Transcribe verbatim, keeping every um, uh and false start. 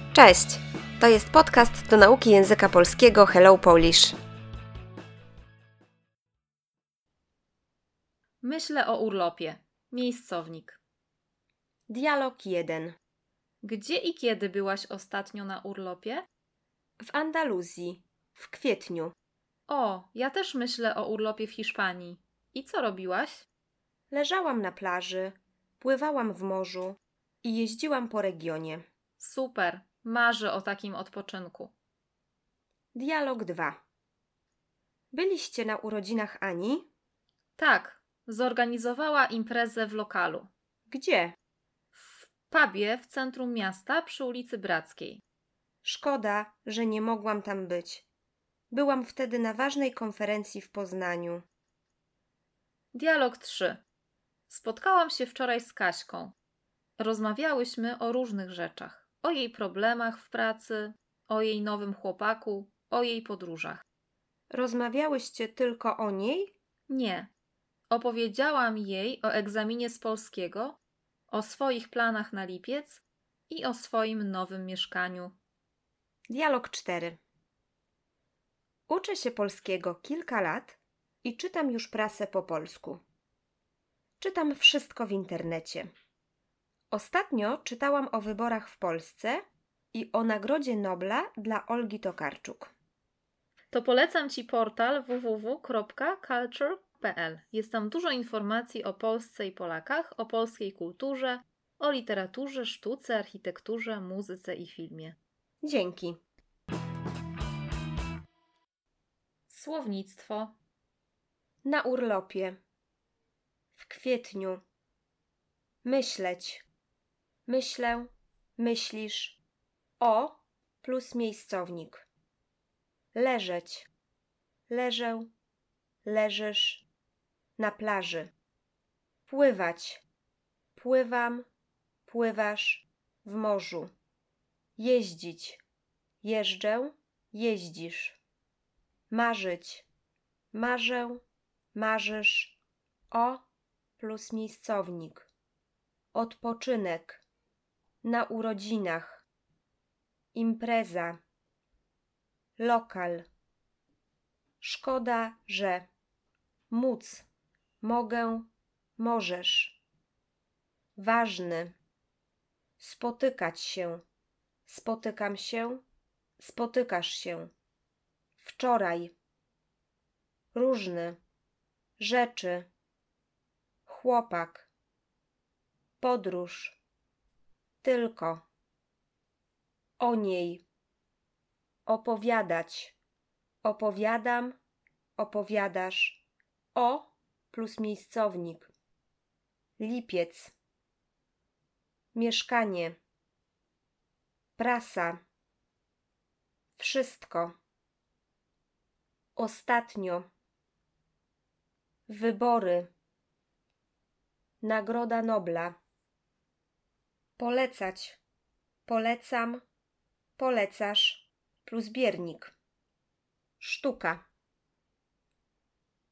Cześć! To jest podcast do nauki języka polskiego Hello Polish. Myślę o urlopie. Miejscownik. Dialog jeden. Gdzie i kiedy byłaś ostatnio na urlopie? W Andaluzji. W kwietniu. O, ja też myślę o urlopie w Hiszpanii. I co robiłaś? Leżałam na plaży, pływałam w morzu i jeździłam po regionie. Super, marzę o takim odpoczynku. Dialog dwa. Byliście na urodzinach Ani? Tak, zorganizowała imprezę w lokalu. Gdzie? W pubie w centrum miasta przy ulicy Brackiej. Szkoda, że nie mogłam tam być. Byłam wtedy na ważnej konferencji w Poznaniu. Dialog trzy. Spotkałam się wczoraj z Kaśką. Rozmawiałyśmy o różnych rzeczach. O jej problemach w pracy, o jej nowym chłopaku, o jej podróżach. Rozmawiałyście tylko o niej? Nie. Opowiedziałam jej o egzaminie z polskiego, o swoich planach na lipiec i o swoim nowym mieszkaniu. Dialog cztery. Uczę się polskiego kilka lat i czytam już prasę po polsku. Czytam wszystko w internecie. Ostatnio czytałam o wyborach w Polsce i o Nagrodzie Nobla dla Olgi Tokarczuk. To polecam Ci portal w w w kropka culture kropka p l. Jest tam dużo informacji o Polsce i Polakach, o polskiej kulturze, o literaturze, sztuce, architekturze, muzyce i filmie. Dzięki. Słownictwo. Na urlopie. W kwietniu. Myśleć. Myślę, myślisz. O plus miejscownik. Leżeć. Leżę, leżysz. Na plaży. Pływać. Pływam, pływasz w morzu. Jeździć. Jeżdżę, jeździsz. Marzyć. Marzę, marzysz. O plus miejscownik. Odpoczynek. Na urodzinach. Impreza. Lokal. Szkoda, że. Móc. Mogę, możesz. Ważny. Spotykać się. Spotykam się. Spotykasz się. Wczoraj. Różny. Rzeczy. Chłopak. Podróż. Tylko. O niej. Opowiadać. Opowiadam. Opowiadasz. O plus miejscownik. Lipiec. Mieszkanie. Prasa. Wszystko. Ostatnio. Wybory. Nagroda Nobla. Polecać. Polecam. Polecasz. Plus biernik. Sztuka.